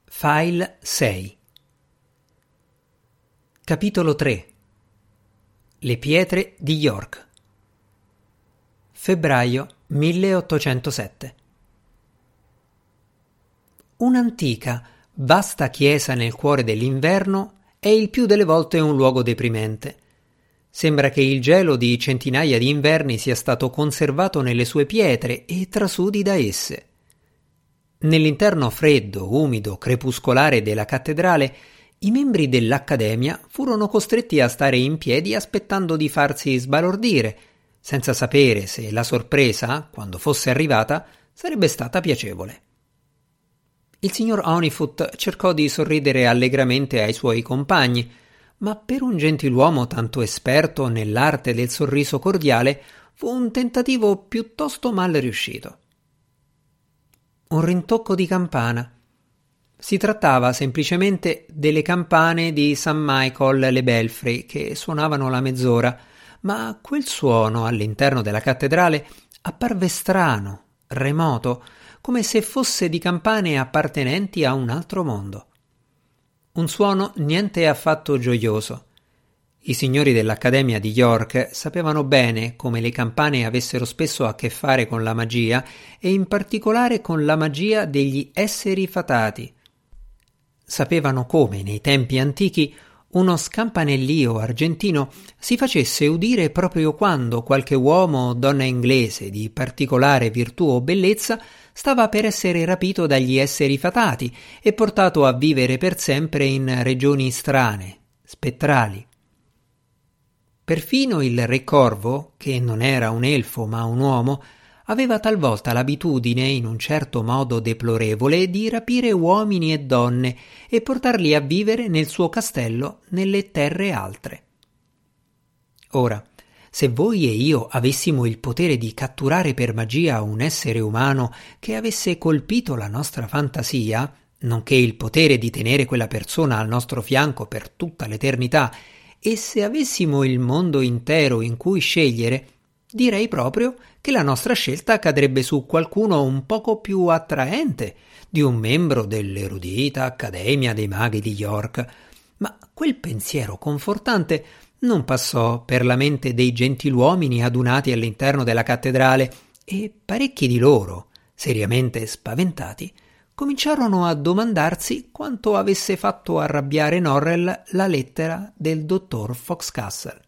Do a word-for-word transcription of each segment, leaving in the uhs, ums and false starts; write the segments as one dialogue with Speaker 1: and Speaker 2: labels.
Speaker 1: File sei. Capitolo tre. Le pietre di York. Febbraio milleottocentosette. Un'antica, vasta chiesa nel cuore dell'inverno è il più delle volte un luogo deprimente. Sembra che il gelo di centinaia di inverni sia stato conservato nelle sue pietre e trasudi da esse. Nell'interno freddo, umido, crepuscolare della cattedrale, i membri dell'Accademia furono costretti a stare in piedi aspettando di farsi sbalordire, senza sapere se la sorpresa, quando fosse arrivata, sarebbe stata piacevole. Il signor Honeyfoot cercò di sorridere allegramente ai suoi compagni, ma per un gentiluomo tanto esperto nell'arte del sorriso cordiale fu un tentativo piuttosto mal riuscito. Un rintocco di campana. Si trattava semplicemente delle campane di Saint Michael le Belfry che suonavano la mezz'ora, ma quel suono all'interno della cattedrale apparve strano, remoto, come se fosse di campane appartenenti a un altro mondo. Un suono niente affatto gioioso. I signori dell'Accademia di York sapevano bene come le campane avessero spesso a che fare con la magia e in particolare con la magia degli esseri fatati. Sapevano come nei tempi antichi uno scampanellio argentino si facesse udire proprio quando qualche uomo o donna inglese di particolare virtù o bellezza stava per essere rapito dagli esseri fatati e portato a vivere per sempre in regioni strane, spettrali. Perfino il Re Corvo, che non era un elfo ma un uomo, aveva talvolta l'abitudine, in un certo modo deplorevole, di rapire uomini e donne e portarli a vivere nel suo castello nelle terre altre. Ora, se voi e io avessimo il potere di catturare per magia un essere umano che avesse colpito la nostra fantasia, nonché il potere di tenere quella persona al nostro fianco per tutta l'eternità, e se avessimo il mondo intero in cui scegliere, direi proprio che la nostra scelta cadrebbe su qualcuno un poco più attraente di un membro dell'erudita Accademia dei Maghi di York. Ma quel pensiero confortante non passò per la mente dei gentiluomini adunati all'interno della cattedrale e parecchi di loro, seriamente spaventati, cominciarono a domandarsi quanto avesse fatto arrabbiare Norrell la lettera del dottor Foxcastle.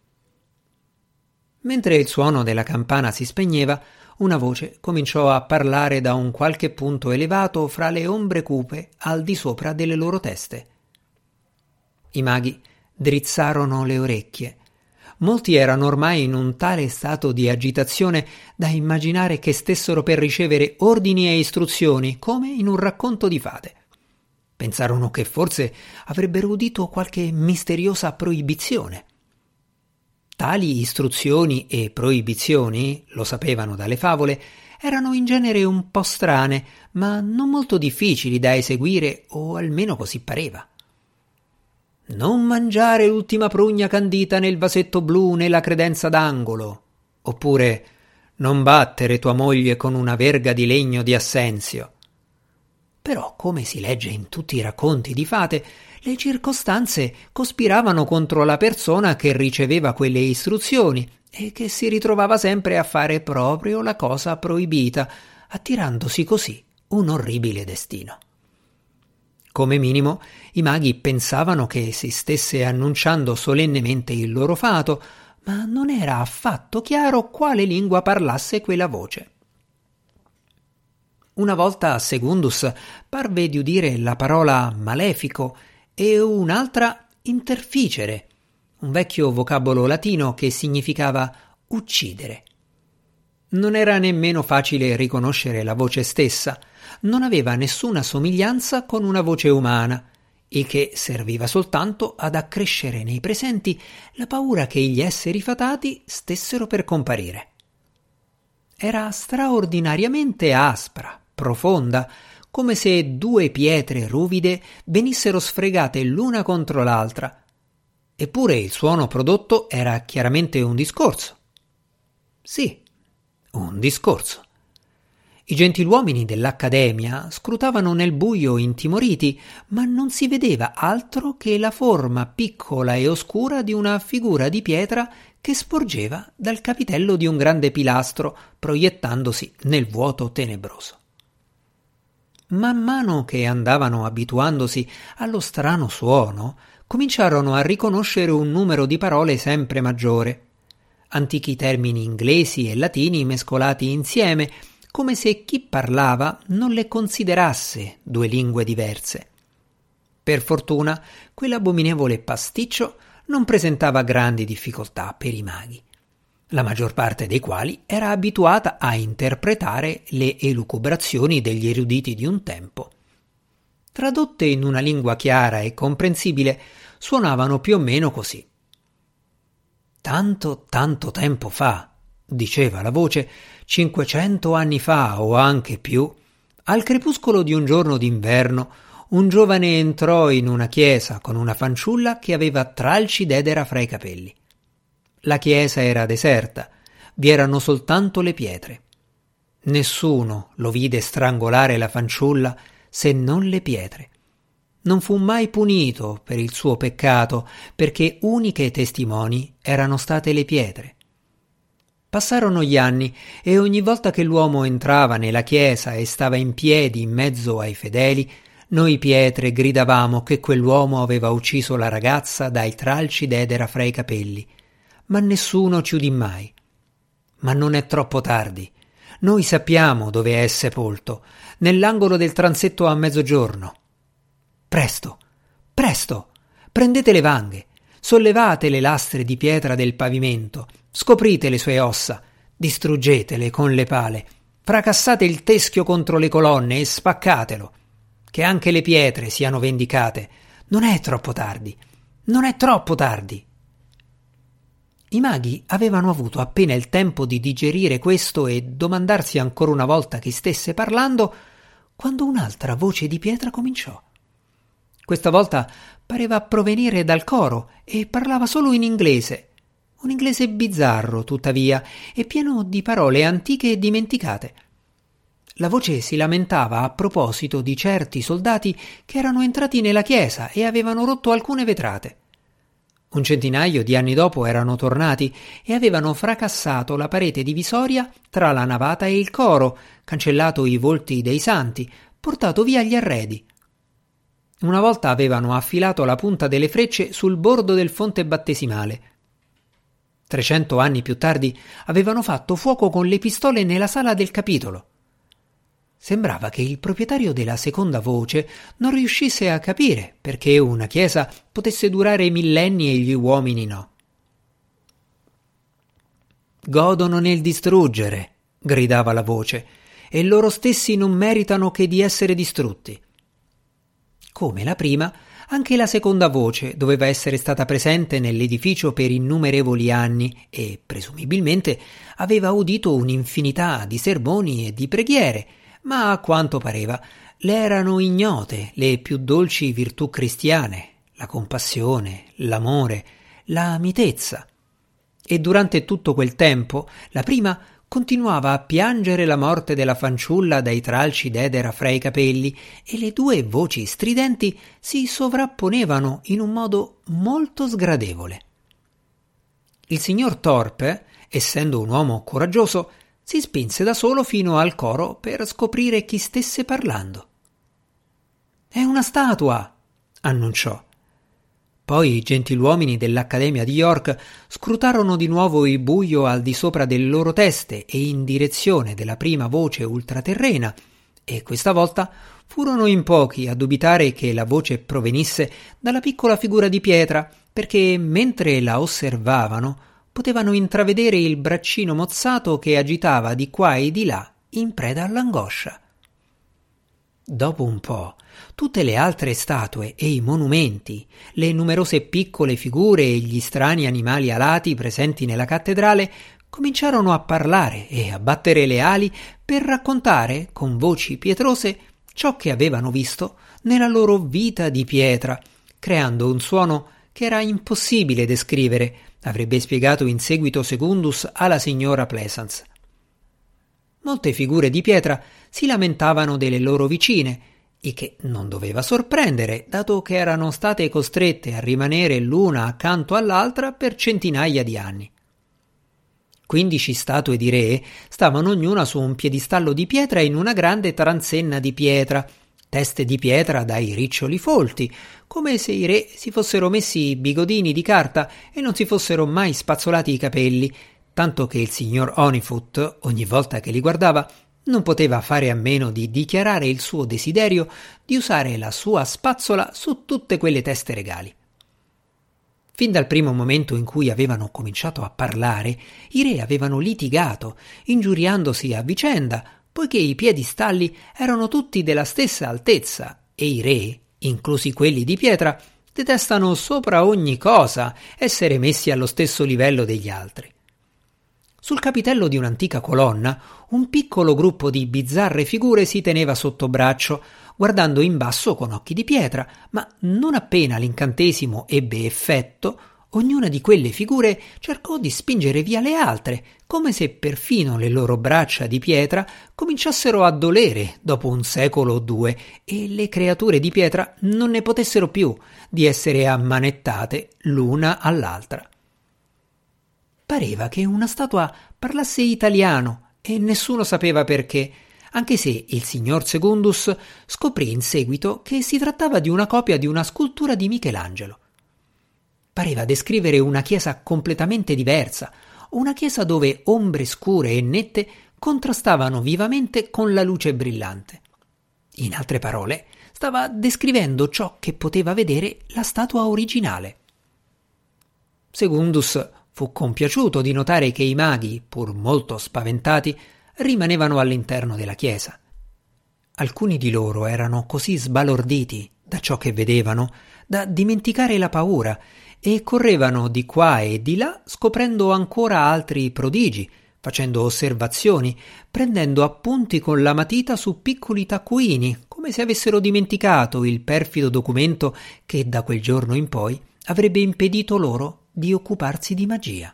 Speaker 1: Mentre il suono della campana si spegneva, una voce cominciò a parlare da un qualche punto elevato fra le ombre cupe al di sopra delle loro teste. I maghi drizzarono le orecchie. Molti erano ormai in un tale stato di agitazione da immaginare che stessero per ricevere ordini e istruzioni come in un racconto di fate. Pensarono che forse avrebbero udito qualche misteriosa proibizione. Tali istruzioni e proibizioni, lo sapevano dalle favole, erano in genere un po' strane, ma non molto difficili da eseguire, o almeno così pareva. Non mangiare l'ultima prugna candita nel vasetto blu nella credenza d'angolo, oppure non battere tua moglie con una verga di legno di assenzio. Però, come si legge in tutti i racconti di fate, le circostanze cospiravano contro la persona che riceveva quelle istruzioni e che si ritrovava sempre a fare proprio la cosa proibita, attirandosi così un orribile destino. Come minimo, i maghi pensavano che si stesse annunciando solennemente il loro fato, ma non era affatto chiaro quale lingua parlasse quella voce. Una volta a Segundus parve di udire la parola malefico e un'altra interficere, un vecchio vocabolo latino che significava uccidere. Non era nemmeno facile riconoscere la voce stessa, non aveva nessuna somiglianza con una voce umana, il che serviva soltanto ad accrescere nei presenti la paura che gli esseri fatati stessero per comparire. Era straordinariamente aspra, profonda, come se due pietre ruvide venissero sfregate l'una contro l'altra. Eppure il suono prodotto era chiaramente un discorso. Sì, un discorso. I gentiluomini dell'Accademia scrutavano nel buio intimoriti, ma non si vedeva altro che la forma piccola e oscura di una figura di pietra che sporgeva dal capitello di un grande pilastro, proiettandosi nel vuoto tenebroso. Man mano che andavano abituandosi allo strano suono, cominciarono a riconoscere un numero di parole sempre maggiore, antichi termini inglesi e latini mescolati insieme, come se chi parlava non le considerasse due lingue diverse. Per fortuna, quell'abominevole pasticcio non presentava grandi difficoltà per i maghi, la maggior parte dei quali era abituata a interpretare le elucubrazioni degli eruditi di un tempo. Tradotte in una lingua chiara e comprensibile, suonavano più o meno così. Tanto, tanto tempo fa, diceva la voce, cinquecento anni fa o anche più, al crepuscolo di un giorno d'inverno, un giovane entrò in una chiesa con una fanciulla che aveva tralci d'edera fra i capelli. La chiesa era deserta, vi erano soltanto le pietre. Nessuno lo vide strangolare la fanciulla se non le pietre. Non fu mai punito per il suo peccato, perché uniche testimoni erano state le pietre. Passarono gli anni e ogni volta che l'uomo entrava nella chiesa e stava in piedi in mezzo ai fedeli, noi pietre gridavamo che quell'uomo aveva ucciso la ragazza dai tralci d'edera fra i capelli, ma nessuno ci udì mai. Ma non è troppo tardi. Noi sappiamo dove è sepolto, nell'angolo del transetto a mezzogiorno. Presto, presto, prendete le vanghe, sollevate le lastre di pietra del pavimento, scoprite le sue ossa, distruggetele con le pale, fracassate il teschio contro le colonne e spaccatelo, che anche le pietre siano vendicate. Non è troppo tardi, non è troppo tardi. I maghi avevano avuto appena il tempo di digerire questo e domandarsi ancora una volta chi stesse parlando, quando un'altra voce di pietra cominciò. Questa volta pareva provenire dal coro e parlava solo in inglese, un inglese bizzarro, tuttavia, e pieno di parole antiche e dimenticate. La voce si lamentava a proposito di certi soldati che erano entrati nella chiesa e avevano rotto alcune vetrate. Un centinaio di anni dopo erano tornati e avevano fracassato la parete divisoria tra la navata e il coro, cancellato i volti dei santi, portato via gli arredi. Una volta avevano affilato la punta delle frecce sul bordo del fonte battesimale. Trecento anni più tardi avevano fatto fuoco con le pistole nella sala del capitolo. Sembrava che il proprietario della seconda voce non riuscisse a capire perché una chiesa potesse durare millenni e gli uomini no. «Godono nel distruggere», gridava la voce, «e loro stessi non meritano che di essere distrutti». Come la prima, anche la seconda voce doveva essere stata presente nell'edificio per innumerevoli anni e, presumibilmente, aveva udito un'infinità di sermoni e di preghiere, ma a quanto pareva le erano ignote le più dolci virtù cristiane, la compassione, l'amore, la mitezza. E durante tutto quel tempo la prima continuava a piangere la morte della fanciulla dai tralci d'edera fra i capelli e le due voci stridenti si sovrapponevano in un modo molto sgradevole. Il signor Thorpe, essendo un uomo coraggioso, si spinse da solo fino al coro per scoprire chi stesse parlando. «È una statua!» annunciò. Poi i gentiluomini dell'Accademia di York scrutarono di nuovo il buio al di sopra delle loro teste e in direzione della prima voce ultraterrena, e questa volta furono in pochi a dubitare che la voce provenisse dalla piccola figura di pietra, perché mentre la osservavano potevano intravedere il braccino mozzato che agitava di qua e di là in preda all'angoscia. Dopo un po', tutte le altre statue e i monumenti, le numerose piccole figure e gli strani animali alati presenti nella cattedrale cominciarono a parlare e a battere le ali per raccontare con voci pietrose ciò che avevano visto nella loro vita di pietra, creando un suono che era impossibile descrivere, avrebbe spiegato in seguito Secundus alla signora Pleasance. molte figure di pietra si lamentavano delle loro vicine, il che non doveva sorprendere, dato che erano state costrette a rimanere l'una accanto all'altra per centinaia di anni. Quindici statue di re stavano ognuna su un piedistallo di pietra in una grande transenna di pietra, teste di pietra dai riccioli folti, come se i re si fossero messi i bigodini di carta e non si fossero mai spazzolati i capelli, tanto che il signor Honeyfoot, ogni volta che li guardava, non poteva fare a meno di dichiarare il suo desiderio di usare la sua spazzola su tutte quelle teste regali. Fin dal primo momento in cui avevano cominciato a parlare, i re avevano litigato, ingiuriandosi a vicenda, poiché i piedistalli erano tutti della stessa altezza e i re, inclusi quelli di pietra, detestano sopra ogni cosa essere messi allo stesso livello degli altri. Sul capitello di un'antica colonna, un piccolo gruppo di bizzarre figure si teneva sotto braccio, guardando in basso con occhi di pietra, ma non appena l'incantesimo ebbe effetto, ognuna di quelle figure cercò di spingere via le altre, come se perfino le loro braccia di pietra cominciassero a dolere dopo un secolo o due e le creature di pietra non ne potessero più di essere ammanettate l'una all'altra. Pareva che una statua parlasse italiano e nessuno sapeva perché, anche se il signor Secundus scoprì in seguito che si trattava di una copia di una scultura di Michelangelo. Pareva descrivere una chiesa completamente diversa, una chiesa dove ombre scure e nette contrastavano vivamente con la luce brillante. In altre parole, stava descrivendo ciò che poteva vedere la statua originale. Secundus fu compiaciuto di notare che i maghi, pur molto spaventati, rimanevano all'interno della chiesa. Alcuni di loro erano così sbalorditi da ciò che vedevano da dimenticare la paura e correvano di qua e di là scoprendo ancora altri prodigi, facendo osservazioni, prendendo appunti con la matita su piccoli taccuini, come se avessero dimenticato il perfido documento che da quel giorno in poi avrebbe impedito loro di occuparsi di magia.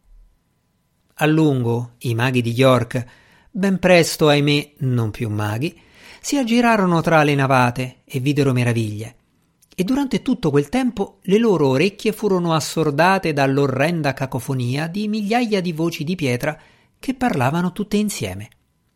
Speaker 1: A lungo i maghi di York, ben presto, ahimè, non più maghi, si aggirarono tra le navate e videro meraviglie, e durante tutto quel tempo le loro orecchie furono assordate dall'orrenda cacofonia di migliaia di voci di pietra che parlavano tutte insieme.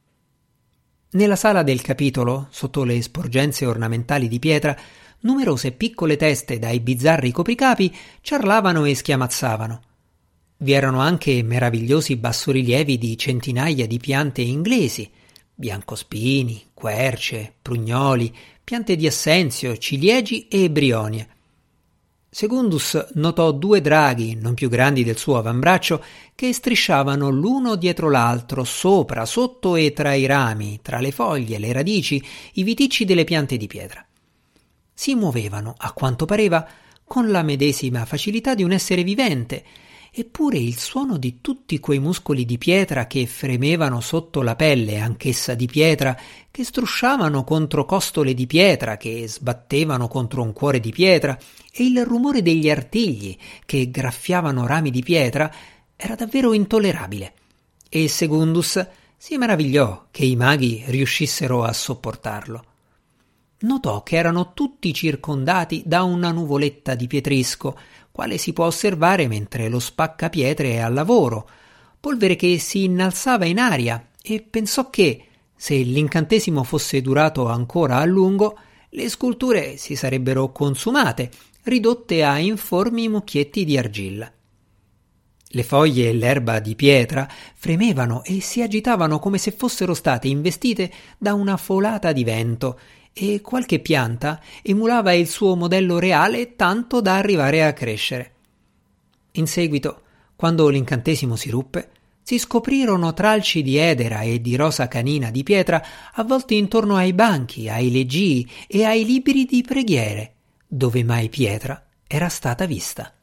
Speaker 1: Nella sala del capitolo, sotto le sporgenze ornamentali di pietra, numerose piccole teste dai bizzarri copricapi ciarlavano e schiamazzavano. Vi erano anche meravigliosi bassorilievi di centinaia di piante inglesi, biancospini, querce, prugnoli, piante di assenzio, ciliegi e brionie. Secundus notò due draghi, non più grandi del suo avambraccio, che strisciavano l'uno dietro l'altro, sopra, sotto e tra i rami, tra le foglie, le radici, i viticci delle piante di pietra. Si muovevano, a quanto pareva, con la medesima facilità di un essere vivente, eppure il suono di tutti quei muscoli di pietra che fremevano sotto la pelle, anch'essa di pietra, che strusciavano contro costole di pietra, che sbattevano contro un cuore di pietra, e il rumore degli artigli che graffiavano rami di pietra, era davvero intollerabile. E Secundus si meravigliò che i maghi riuscissero a sopportarlo. Notò che erano tutti circondati da una nuvoletta di pietrisco, quale si può osservare mentre lo spaccapietre è al lavoro, polvere che si innalzava in aria, e pensò che, se l'incantesimo fosse durato ancora a lungo, le sculture si sarebbero consumate, ridotte a informi mucchietti di argilla. Le foglie e l'erba di pietra fremevano e si agitavano come se fossero state investite da una folata di vento, e qualche pianta emulava il suo modello reale tanto da arrivare a crescere. In seguito, quando l'incantesimo si ruppe, si scoprirono tralci di edera e di rosa canina di pietra avvolti intorno ai banchi, ai leggii e ai libri di preghiere, dove mai pietra era stata vista.